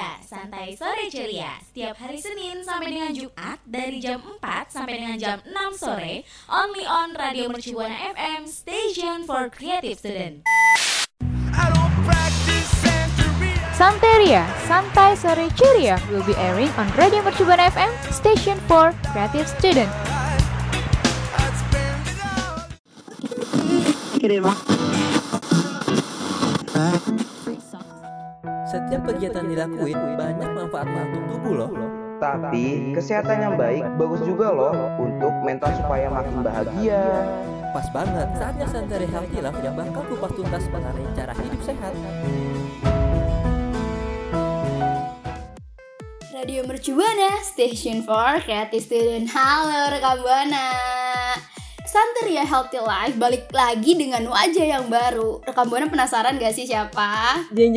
Santeria, santai sore ceria. Setiap hari Senin sampai dengan Jumat dari jam 4 sampai dengan jam 6 sore, only on Radio Mercu Buana FM, Station for Creative Student. Santeria, santai sore ceria will be airing on Radio Mercu Buana FM, Station for Creative Student. Setiap kegiatan dilakuin banyak manfaatnya untuk tubuh loh. Tapi kesehatan yang baik bagus juga loh untuk mental supaya makin bahagia. Pas banget, saatnya Santeria Healthy Life yang bakal kupas tuntas mengenai cara hidup sehat. Radio Mercu Buana, Station for Creative Student. Halo rekam Buana. Santeria Healthy Life balik lagi dengan wajah yang baru. Rekam Buana penasaran gak sih siapa? Jeng.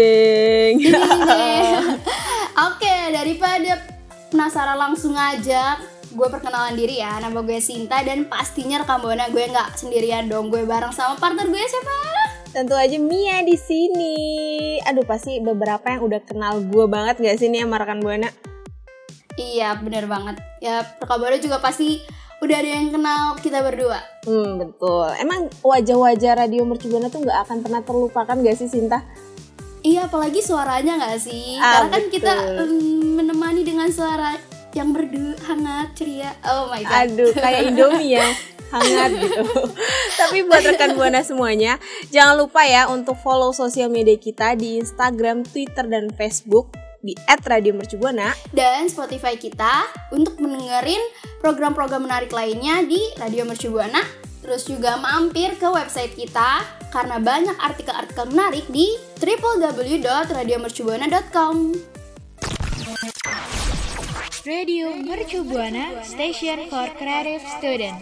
Oke, daripada penasaran langsung aja gue perkenalan diri ya. Nama gue Sinta dan pastinya rekam Buana gue gak sendirian dong. Gue bareng sama partner gue siapa? Tentu aja Mia di sini. Aduh, pasti beberapa yang udah kenal gue banget gak sih nih sama rekan Buana? Iya, bener banget. Ya, rekam Buana juga pasti udah ada yang kenal kita berdua. Betul. Emang wajah-wajah Radio Mercu Buana tuh gak akan pernah terlupakan gak sih, Sinta? Iya, apalagi suaranya gak sih? Karena kan betul. kita menemani dengan suara yang merdu, hangat, ceria. Oh my god. Aduh, kayak Indomie ya. Hangat gitu. Tapi buat rekan Buana semuanya, jangan lupa ya untuk follow sosial media kita di Instagram, Twitter, dan Facebook di @radiomercubuana Dan Spotify kita untuk mendengarin program-program menarik lainnya di Radio Mercu Buana. Terus juga mampir ke website kita karena banyak artikel-artikel menarik di www.radiomercubuana.com. Radio Mercu Buana, Station for Creative Student.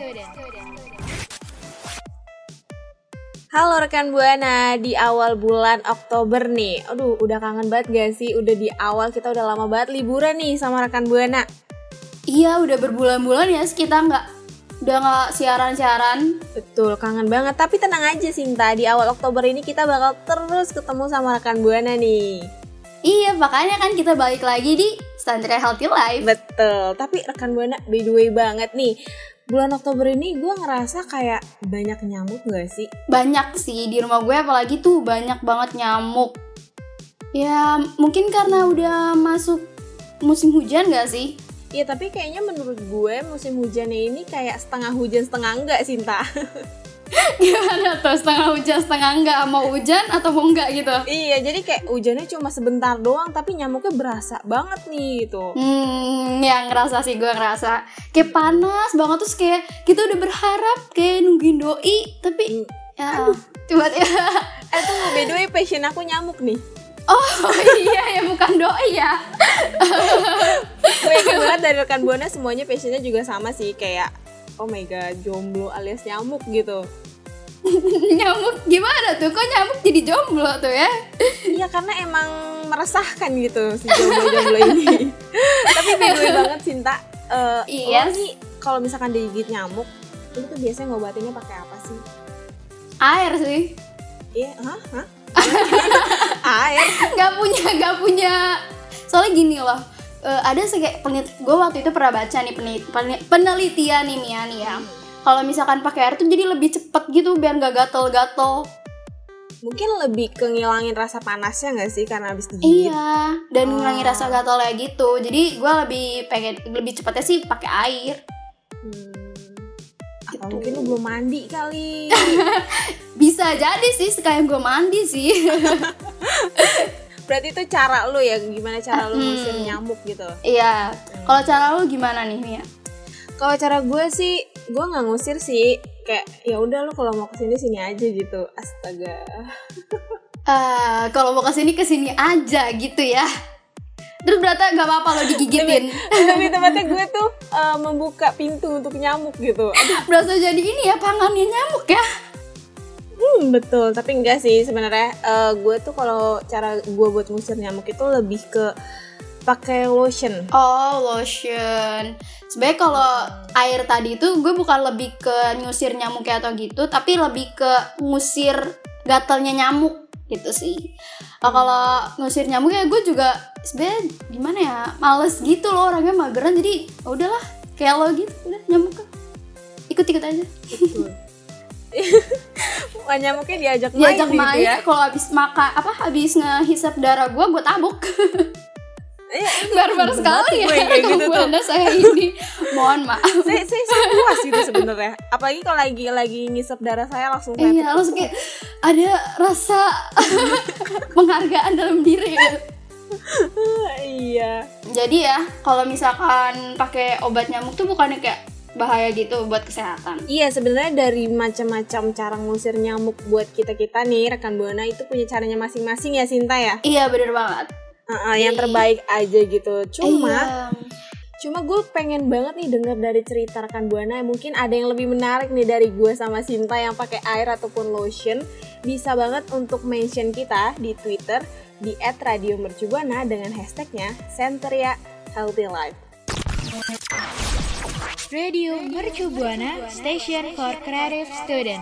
Halo rekan Buana, di awal bulan Oktober nih. Aduh, udah kangen banget gak sih? Udah di awal, kita udah lama banget liburan nih sama rekan Buana. Iya, udah berbulan-bulan ya kita udah nggak siaran-siaran. Betul, kangen banget. Tapi tenang aja Sinta, di awal Oktober ini kita bakal terus ketemu sama rekan Buana nih. Iya, makanya kan kita balik lagi di Santeria Healthy Life. Betul, tapi rekan Buana by the way banget nih. Bulan Oktober ini gue ngerasa kayak banyak nyamuk gak sih? Banyak sih, di rumah gue apalagi tuh banyak banget nyamuk. Ya mungkin karena udah masuk musim hujan gak sih? Iya, tapi kayaknya menurut gue musim hujannya ini kayak setengah hujan setengah enggak, Sinta. Gimana tuh, setengah hujan setengah enggak? Mau hujan atau mau enggak gitu? Iya, jadi kayak hujannya cuma sebentar doang tapi nyamuknya berasa banget nih gitu. Ya ngerasa sih, gue ngerasa kayak panas banget. Terus kayak kita udah berharap kayak nungguin doi. Tapi ya coba ya. Tunggu, by the way passion aku nyamuk nih. Oh iya ya, bukan doi ya. Gue yakin banget dari rekan Buana semuanya passionnya juga sama sih. Kayak oh my god, jomblo alias nyamuk gitu. Nyamuk gimana tuh? Kok nyamuk jadi jomblo tuh ya? Iya, karena emang meresahkan gitu si jomblo-jomblo ini. Tapi by the way banget Sinta, Iya nih kalau misalkan digigit nyamuk, itu tuh biasanya ngobatinnya pakai apa sih? Air sih. Iya, air. Gak punya. Soalnya gini loh, ada kayak gue waktu itu pernah baca nih penelitian nih Mia nih ya. Kalau misalkan pakai air tuh jadi lebih cepet gitu biar gak gatel-gatel. Mungkin lebih ke ngilangin rasa panasnya nggak sih karena habis digigit? Iya, dan ngilangin rasa gatelnya gitu. Jadi gue lebih cepatnya sih pakai air. Atau mungkin lu belum mandi kali. Bisa jadi sih, sekalian gue mandi sih. Berarti itu cara lu ya, gimana cara lu ngusir nyamuk gitu? Iya. Kalau cara lu gimana nih Mia? Kalau cara gue sih, gue nggak ngusir sih. Kayak ya udah lu kalau mau kesini sini aja gitu. Astaga. Kalau mau kesini aja gitu ya. Terus berarti gak apa-apa lo digigitin. Tapi tempatnya gue tuh membuka pintu untuk nyamuk gitu. Berasa jadi ini ya, pangannya nyamuk ya. Betul, tapi enggak sih sebenarnya. Gue tuh kalau cara gue buat ngusir nyamuk itu lebih ke pakai lotion. Oh, lotion. Sebenarnya kalau air tadi itu gue bukan lebih ke ngusir nyamuknya atau gitu, tapi lebih ke ngusir gatalnya nyamuk. gitu sih. Kalau ngusir nyamuk ya gue juga sebenarnya gimana ya, males gitu loh, orangnya mageran, jadi udahlah kayak lo gitu, udah nyamuk ikut-ikut aja. Wah, nyamuknya diajak Diajak main main gitu ya. kalau habis ngehisap darah gue tabuk. Barbar sekali ya kayak gitu tuh. Buana saya ini. Mohon maaf. Saya puas gitu sebenarnya. Apalagi kalau lagi ngisep darah saya langsung Iya, langsung kayak ada rasa penghargaan dalam diri ya. Iya. Jadi ya, kalau misalkan pakai obat nyamuk tuh bukannya kayak bahaya gitu buat kesehatan. Iya, sebenarnya dari macam-macam cara ngusir nyamuk buat kita nih rekan Buana itu punya caranya masing-masing ya, Sinta ya. Iya, bener banget. Yang terbaik aja gitu. Iya. Cuma gue pengen banget nih denger dari cerita rekan Buana. Mungkin ada yang lebih menarik nih dari gue sama Sinta yang pakai air ataupun lotion. Bisa banget untuk mention kita di Twitter di @radiomercubuana dengan hashtagnya Santeria Healthy Life. Radio Mercu Buana, Station for Creative Student.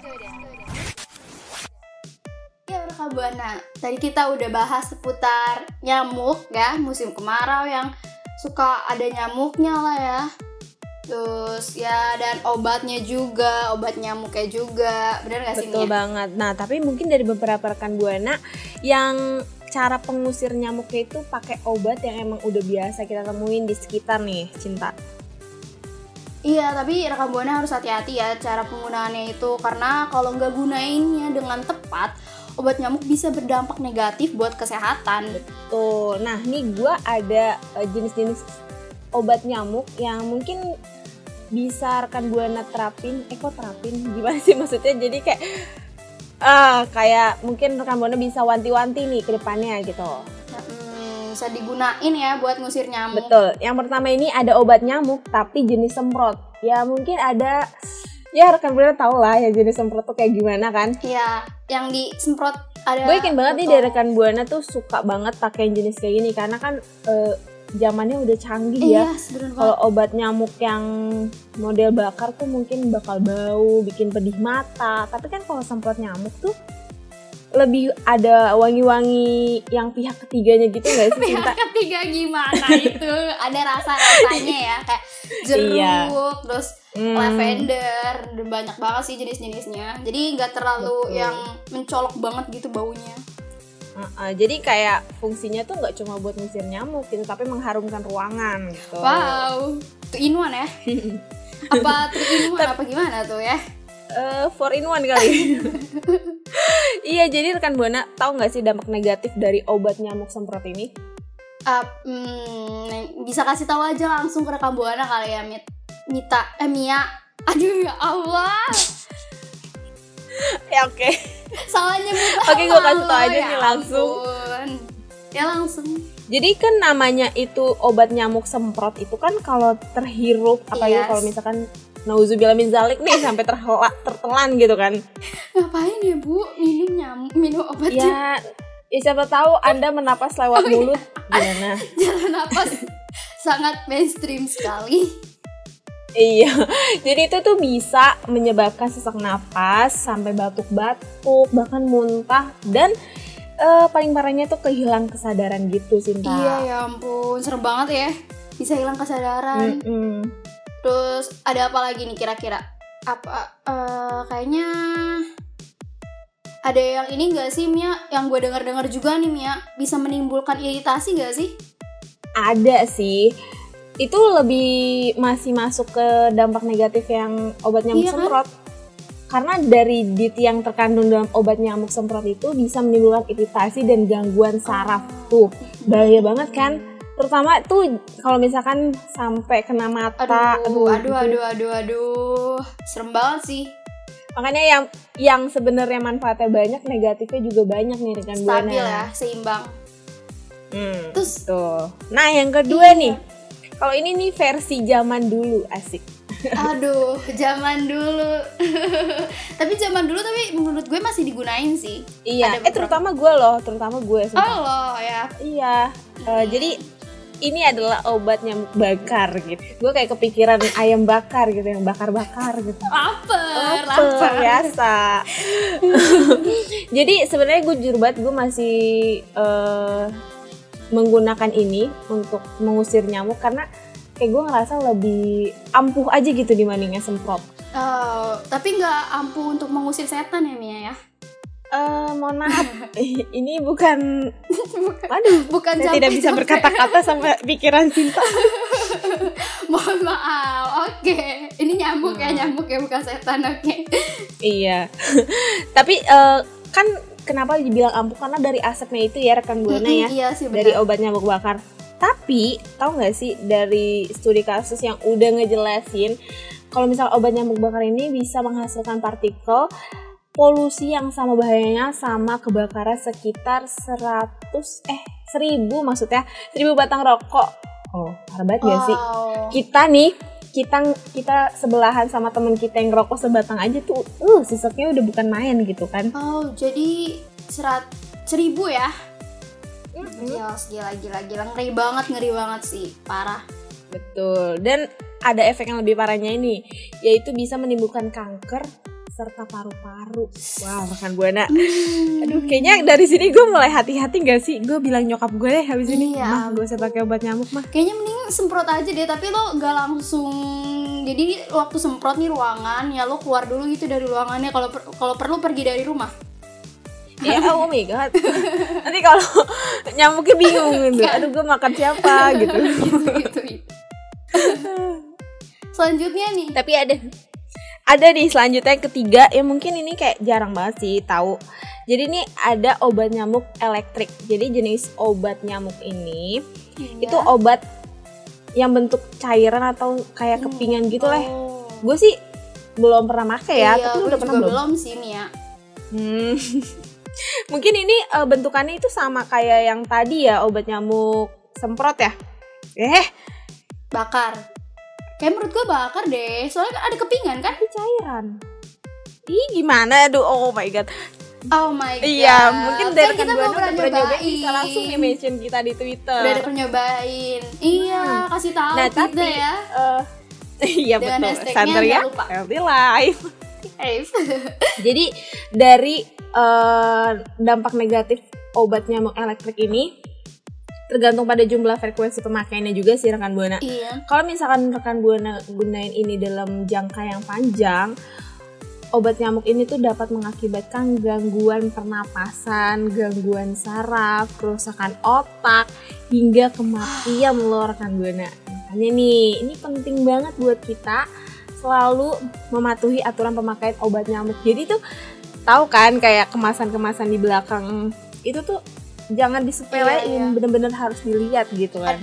Ya rekan Buana, tadi kita udah bahas seputar nyamuk ya, musim kemarau yang suka ada nyamuknya lah ya. Terus ya, dan obatnya juga, obat nyamuknya juga, bener gak sih? Betul banget. Nah, tapi mungkin dari beberapa rekan Buana yang cara pengusir nyamuknya itu pakai obat yang emang udah biasa kita temuin di sekitar nih, Cinta. Iya, tapi rekan Buana harus hati-hati ya cara penggunaannya itu, karena kalau nggak gunainnya dengan tepat, obat nyamuk bisa berdampak negatif buat kesehatan. Tuh, nah nih gue ada jenis-jenis obat nyamuk yang mungkin bisa rekan Buana terapin. Gimana sih maksudnya? Jadi kayak mungkin rekan Buana bisa wanti-wanti nih ke depannya gitu. Bisa digunain ya buat ngusir nyamuk. Betul. Yang pertama ini ada obat nyamuk tapi jenis semprot. Ya mungkin ada, ya rekan Buana tau lah ya jenis semprot tuh kayak gimana kan? Iya, yang disemprot ada. Gue yakin banget nih dari rekan Buana tuh suka banget pakai jenis kayak gini karena kan zamannya udah canggih ya. Kalau obat nyamuk yang model bakar tuh mungkin bakal bau, bikin pedih mata. Tapi kan kalau semprot nyamuk tuh lebih ada wangi-wangi yang pihak ketiganya gitu gak sih, Cinta? Pihak ketiga gimana itu? Ada rasa-rasanya ya, kayak jeruk, terus lavender, dan banyak banget sih jenis-jenisnya. Jadi gak terlalu yang mencolok banget gitu baunya. Jadi kayak fungsinya tuh gak cuma buat ngusir nyamuk gitu, tapi mengharumkan ruangan gitu. Wow, 2-in-1 ya? Apa 3-in-1 apa gimana tuh ya? 4-in-1 kali. Iya, jadi rekan Buana tahu nggak sih dampak negatif dari obat nyamuk semprot ini? Bisa kasih tahu aja langsung ke rekan Buana kali ya, Mia. Aduh ya Allah. Ya oke. Salah nyebut. Oke, gue kasih tahu aja nih langsung. Ya langsung. Jadi kan namanya itu obat nyamuk semprot itu kan kalau terhirup, apalagi kalau misalkan nauzubillah min zalik nih sampai tertelan gitu kan. Ngapain ya Bu minum obat ya siapa tahu Anda menapas lewat mulut. Gimana? Jalan napas sangat mainstream sekali. Iya, jadi itu tuh bisa menyebabkan sesak napas, sampai batuk-batuk, bahkan muntah, dan paling parahnya tuh kehilangan kesadaran gitu, Sinta. Iya ya ampun, serem banget ya, bisa hilang kesadaran. Terus ada apa lagi nih kira-kira? Kayaknya ada yang ini nggak sih, Mia? Yang gue dengar juga nih, Mia, bisa menimbulkan iritasi nggak sih? Ada sih. Itu lebih masih masuk ke dampak negatif yang obat nyamuk semprot. Karena dari DIT yang terkandung dalam obat nyamuk semprot itu bisa menimbulkan iritasi dan gangguan saraf. Tuh, bahaya banget kan? Terutama tuh kalau misalkan sampai kena mata. Aduh. Serem banget sih. Makanya yang sebenarnya manfaatnya banyak, negatifnya juga banyak nih rekan Buana. Stabil ya, seimbang. Terus tuh. Nah, yang kedua nih. Kalau ini nih versi zaman dulu, asik. Aduh, zaman dulu. Tapi menurut gue masih digunain sih. Iya, terutama gue sebentar. Oh lo ya. Iya. Jadi ini adalah obat nyamuk bakar gitu. Gue kayak kepikiran ayam bakar gitu, yang bakar-bakar gitu. Lapar. Biasa. Jadi sebenarnya gue jujur banget, gue masih menggunakan ini untuk mengusir nyamuk karena kayak gue ngerasa lebih ampuh aja gitu dibandingnya semprot. Tapi nggak ampuh untuk mengusir setan ya Mia ya? Mohon maaf, ini bukan, waduh, Bukan saya tidak bisa berkata-kata sama pikiran Sinta. Mohon maaf. Oke. Ini nyamuk ya bukan setan. Oke. Iya. Tapi kan kenapa dibilang ampuh, karena dari asapnya itu ya rekan Buana ya. Iya sih, benar. Dari obat nyamuk bakar. Tapi tahu nggak sih dari studi kasus yang udah ngejelasin kalau misal obat nyamuk bakar ini bisa menghasilkan partikel polusi yang sama bahayanya sama kebakaran sekitar 1000 maksudnya 1000 batang rokok. Oh, parah banget gak sih? Kita sebelahan sama temen kita yang ngerokok sebatang aja tuh sesaknya udah bukan main gitu kan. Oh, jadi 1000 ya? Gila, ngeri banget sih, parah. Betul, dan ada efek yang lebih parahnya ini, yaitu bisa menimbulkan kanker serta paru-paru. Wow, rekan Buana. Aduh, kayaknya dari sini gue mulai hati-hati gak sih? Gue bilang nyokap gue deh habis ini, mah gue usah pakai obat nyamuk mah. Kayaknya mending semprot aja deh, tapi lo gak langsung. Jadi waktu semprot nih ruangan, ya lo keluar dulu gitu dari ruangannya. Kalau perlu pergi dari rumah. Ya, oh my god. Nanti kalau nyamuknya bingung gitu. Aduh, gue makan siapa gitu. gitu. Selanjutnya nih. Tapi ada nih selanjutnya yang ketiga, yang mungkin ini kayak jarang banget sih tahu. Jadi ini ada obat nyamuk elektrik. Jadi jenis obat nyamuk ini itu obat yang bentuk cairan atau kayak kepingan gitu lah. Gue sih belum pernah pakai ya, tapi lu udah pernah belum sih Mia. Mungkin ini bentukannya itu sama kayak yang tadi ya, obat nyamuk semprot ya. Bakar. Kayak menurut gue bakar deh, soalnya kan ada kepingan kan? Itu cairan. Ih, gimana? Aduh, oh my god. Iya, mungkin dari kan kita belum pernah nyobain. Bisa langsung mention kita di Twitter. Udah pernah nyobain. Iya, kasih tahu nah, kita tapi, ya. Iya dengan betul. Santeria Healthy Life. Jadi dari dampak negatif obat nyamuk elektrik ini tergantung pada jumlah frekuensi pemakaiannya juga sih rekan Buana. Iya. Kalau misalkan rekan Buana gunain ini dalam jangka yang panjang, obat nyamuk ini tuh dapat mengakibatkan gangguan pernapasan, gangguan saraf, kerusakan otak, hingga kematian loh rekan Buana. Makanya nih, ini penting banget buat kita selalu mematuhi aturan pemakaian obat nyamuk. Jadi tuh tahu kan kayak kemasan-kemasan di belakang itu tuh jangan disepelein, bener-bener harus dilihat gitu kan.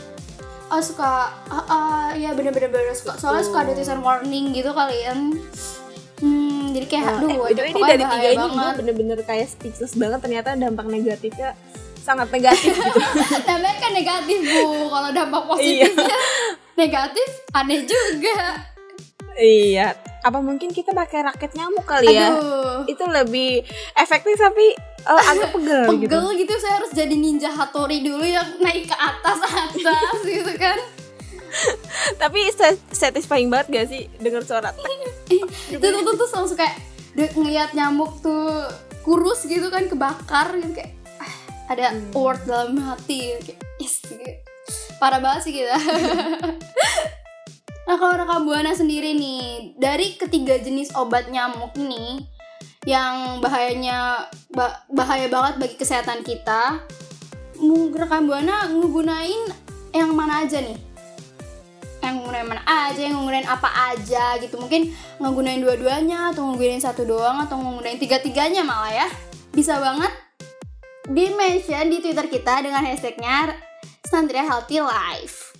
Ya bener-bener suka. Soalnya suka ada tulisan warning gitu kalian. Jadi kayak ini dari tiga ini gue bener-bener kayak speechless banget, ternyata dampak negatifnya sangat negatif gitu. Namanya kan negatif Bu, kalau dampak positifnya negatif aneh juga. Iya, apa mungkin kita pakai raket nyamuk kali ya? Itu lebih efektif tapi agak pegel gitu. Saya harus jadi ninja Hattori dulu yang naik ke atas gitu kan. Tapi satisfying banget gak sih denger suara itu tuh langsung kayak ngeliat nyamuk tuh kurus gitu kan, kebakar gitu, kayak ada award dalam hati kayak yes gitu. Parah banget sih kita. Nah, kalau rekan Buana sendiri nih, dari ketiga jenis obat nyamuk nih yang bahaya banget bagi kesehatan kita, rekan Buana ngegunain yang mana aja nih? Yang nggunain apa aja gitu. Mungkin ngegunain dua-duanya, atau ngegunain satu doang, atau ngegunain tiga-tiganya malah ya. Bisa banget di-mention di Twitter kita dengan hashtagnya Santeria Healthy Life.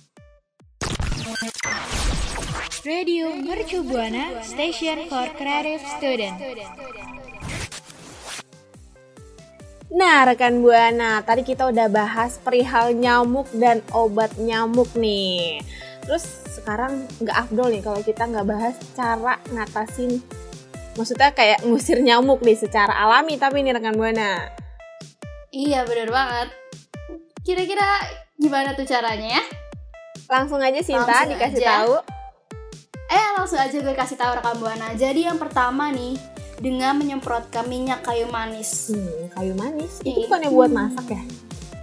Radio Mercu Buana, Station for Creative Student. Nah, rekan Buana, tadi kita udah bahas perihal nyamuk dan obat nyamuk nih. Terus sekarang nggak afdol nih kalau kita nggak bahas cara ngatasin, maksudnya kayak ngusir nyamuk nih secara alami tapi nih rekan Buana. Iya benar banget. Kira-kira Gimana tuh caranya ya? Langsung aja Sinta Langsung dikasih aja. tahu. Langsung aja gue kasih tahu rekam Buana. Jadi yang pertama nih, dengan menyemprotkan minyak kayu manis. Kayu manis. Itu bukannya buat masak ya?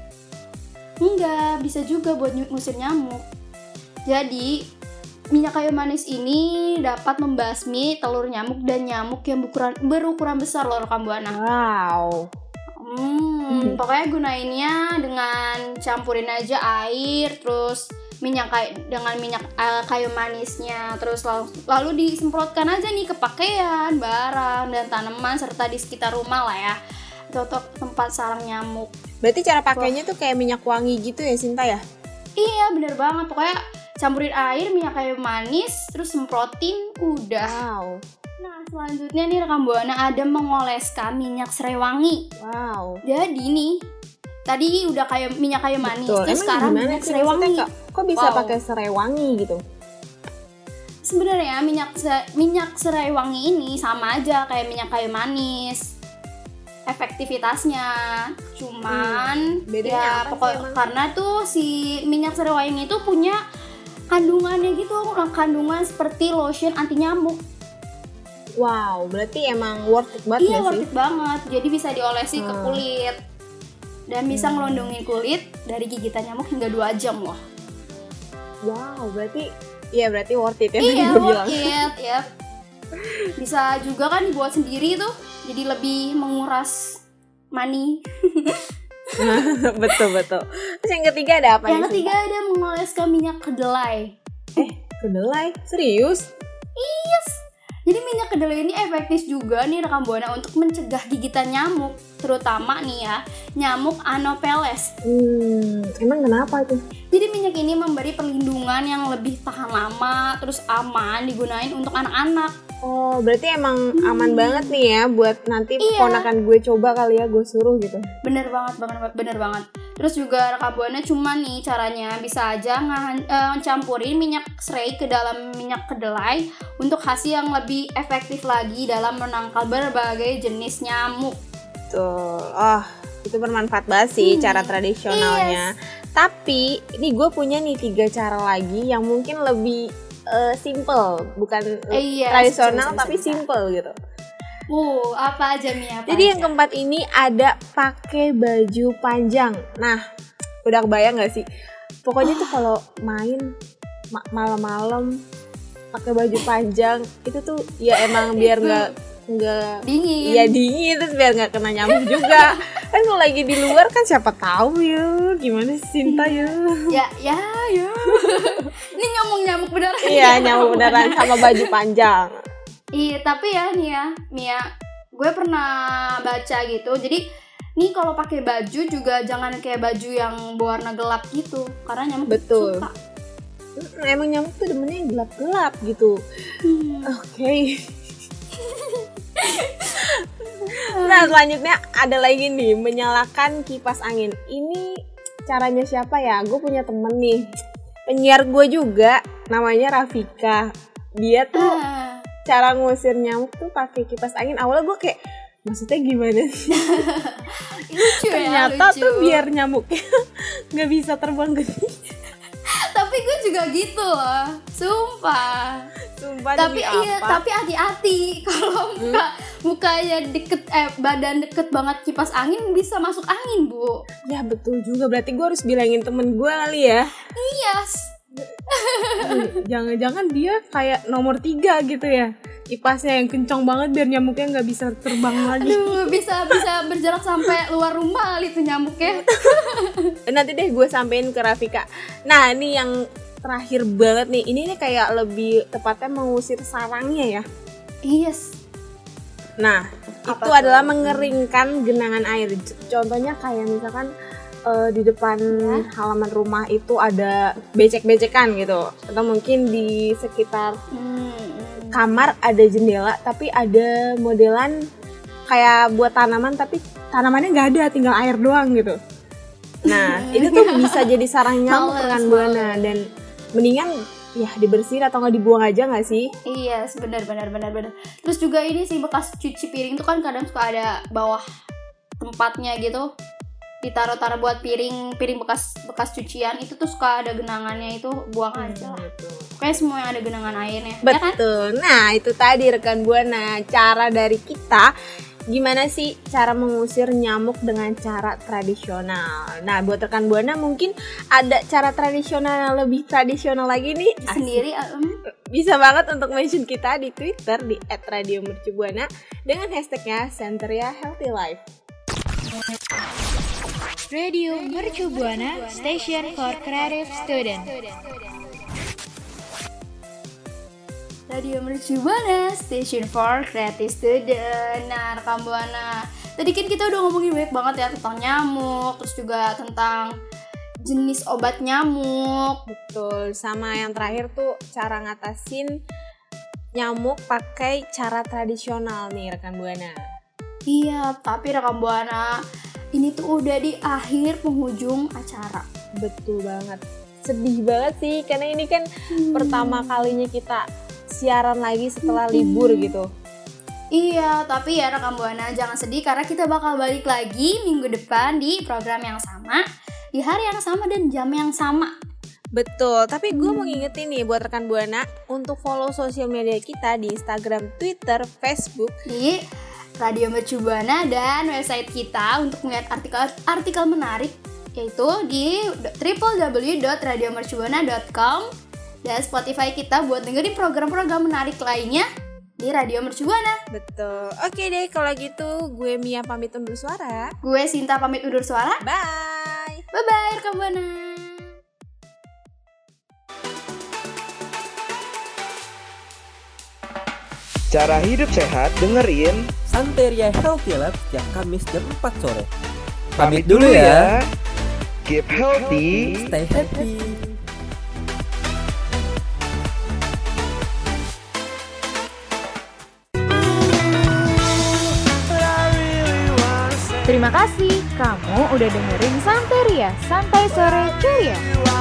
Enggak, bisa juga buat ngusir nyamuk. Jadi, minyak kayu manis ini dapat membasmi telur nyamuk dan nyamuk yang berukuran besar loh rekam Buana. Wow. Pokoknya gunainnya dengan campurin aja air, terus minyak kayu manisnya, terus lalu disemprotkan aja nih ke pakaian, barang, dan tanaman serta di sekitar rumah lah ya, atau tempat sarang nyamuk. Berarti cara pakainya tuh kayak minyak wangi gitu ya Sinta ya? Iya bener banget, pokoknya campurin air, minyak kayu manis, terus semprotin, udah. Wow. Nah selanjutnya nih rekam Buana ada mengoleskan minyak serai wangi. Wow. Jadi nih, tadi udah kayak minyak kayu manis, Betul. terus sekarang minyak serai wangi. Kok bisa Wow. pakai serai wangi gitu? Sebenarnya minyak serai wangi ini sama aja kayak minyak kayu manis. Efektivitasnya cuman bedanya apa sih emang? Karena tuh si minyak serai wangi itu punya kandungannya gitu, kandungan seperti lotion anti nyamuk. Wow, berarti emang worth it banget Iya, gak worth sih? it banget. Jadi bisa diolesi ke kulit dan bisa ngelondongin kulit dari gigitan nyamuk hingga 2 jam loh. Wow, berarti worth it ya Iya, tadi gue bilang. worth it, ya. Bisa juga kan dibuat sendiri tuh, jadi lebih menguras money. Betul. Terus yang ketiga ada apa? Yang ketiga ada mengoleskan minyak kedelai. Kedelai? Serius? Yes. Jadi minyak kedelai ini efektif juga nih rekam Buana untuk mencegah gigitan nyamuk, terutama nih ya, nyamuk Anopheles. Emang kenapa tuh? Jadi minyak ini memberi perlindungan yang lebih tahan lama, terus aman digunain untuk anak-anak. Oh, berarti emang aman banget nih ya buat nanti Iya. ponakan gue coba kali ya, gue suruh gitu. Bener banget. Terus juga rekam Buana cuman nih caranya bisa aja campurin minyak serai ke dalam minyak kedelai untuk hasil yang lebih efektif lagi dalam menangkal berbagai jenis nyamuk. Tuh, itu bermanfaat banget sih cara tradisionalnya. Tapi ini gue punya nih 3 cara lagi yang mungkin lebih simple, bukan tradisional bisa. tapi simple gitu. Apa aja Mia? Jadi yang keempat ini ada pakai baju panjang. Nah, udah kebayang gak sih? Pokoknya tuh kalau main malam-malam pakai baju panjang itu tuh ya emang biar nggak dingin. Iya dingin, terus biar nggak kena nyamuk juga. Kan kalau lagi di luar kan siapa tahu ya gimana sih Sinta ya. Ya. Ini ngomong nyamuk beneran. Iya nyamuk beneran sama baju panjang. Iya, tapi ya nih ya, Mia, gue pernah baca gitu. Jadi nih kalau pakai baju juga jangan kayak baju yang berwarna gelap gitu, karena nyamuk Betul. suka. Emang nyamuk tuh demennya yang gelap-gelap gitu. Oke. Nah selanjutnya ada lagi nih, menyalakan kipas angin. Ini caranya siapa ya? Gue punya temen nih, penyiar gue juga, namanya Rafika. Dia tuh cara ngusir nyamuk tuh pakai kipas angin. Awalnya gue kayak, maksudnya gimana sih? Lucu Ternyata lucu. tuh biar nyamuknya nggak bisa terbang ke sini. Tapi gue juga gitu loh, sumpah. Tapi demi iya, apa? tapi hati-hati kalau mukanya badan deket banget kipas angin bisa masuk angin, Bu. Ya betul juga, berarti gue harus bilangin temen gue kali ya. Yes. Jangan-jangan dia kayak nomor 3 gitu ya, kipasnya yang kencang banget biar nyamuknya nggak bisa terbang lagi. Aduh, bisa berjarak sampai luar rumah kali tuh nyamuknya. Nanti deh gue sampein ke Rafika. Nah ini yang terakhir banget nih, ini nih kayak lebih tepatnya mengusir sarangnya ya. Yes. Nah Apa itu tuh? adalah mengeringkan genangan air. Contohnya kayak misalkan di depan halaman rumah itu ada becek-becekan gitu, atau mungkin di sekitar kamar ada jendela tapi ada modelan kayak buat tanaman tapi tanamannya nggak ada, tinggal air doang gitu. Nah itu tuh bisa jadi sarang nyamuk rekan Buana, dan mendingan ya dibersihin atau nggak dibuang aja nggak sih? Iya, benar. Terus juga ini sih bekas cuci piring tuh kan kadang suka ada bawah tempatnya gitu. ditaruh-taruh buat piring bekas cucian itu tuh suka ada genangannya, itu buang aja lah. Kayak semua yang ada genangan airnya. Betul. Ya kan? Nah, itu tadi rekan Buana, cara dari kita gimana sih cara mengusir nyamuk dengan cara tradisional. Nah, buat rekan Buana mungkin ada cara tradisional yang lebih tradisional lagi nih. Sendiri bisa banget untuk mention kita di Twitter di @radiomercubuana dengan hashtagnya Santeria Healthy Life. Radio Mercu Buana, Station for Creative Student. Radio Mercu Buana, Station for Creative Student. Nah, rekam Buana, tadi kan kita udah ngomongin banyak banget ya tentang nyamuk, terus juga tentang jenis obat nyamuk. Betul, sama yang terakhir tuh cara ngatasin nyamuk pakai cara tradisional nih rekan Buana. Iya, tapi rekam Buana, ini tuh udah di akhir penghujung acara. Betul banget, sedih banget sih karena ini kan pertama kalinya kita siaran lagi setelah libur gitu. Iya, tapi ya rekam Buana jangan sedih karena kita bakal balik lagi minggu depan di program yang sama, di hari yang sama dan jam yang sama. Betul, tapi gue mau ngingetin nih buat rekan Buana untuk follow sosial media kita di Instagram, Twitter, Facebook di Radio Mercu Buana dan website kita untuk melihat artikel menarik yaitu di www.radiomercubuana.com dan Spotify kita buat dengerin program-program menarik lainnya di Radio Mercu Buana. Betul. Oke deh, kalau gitu gue Mia pamit undur suara. Gue Sinta pamit undur suara. Bye. Bye-bye rekam Buana. Cara hidup sehat dengerin Santeria Healthy Lab setiap Kamis jam 4 sore. Pamit dulu ya. Keep healthy, Stay happy. Terima kasih kamu udah dengerin Santeria, Santai Sore Ceria.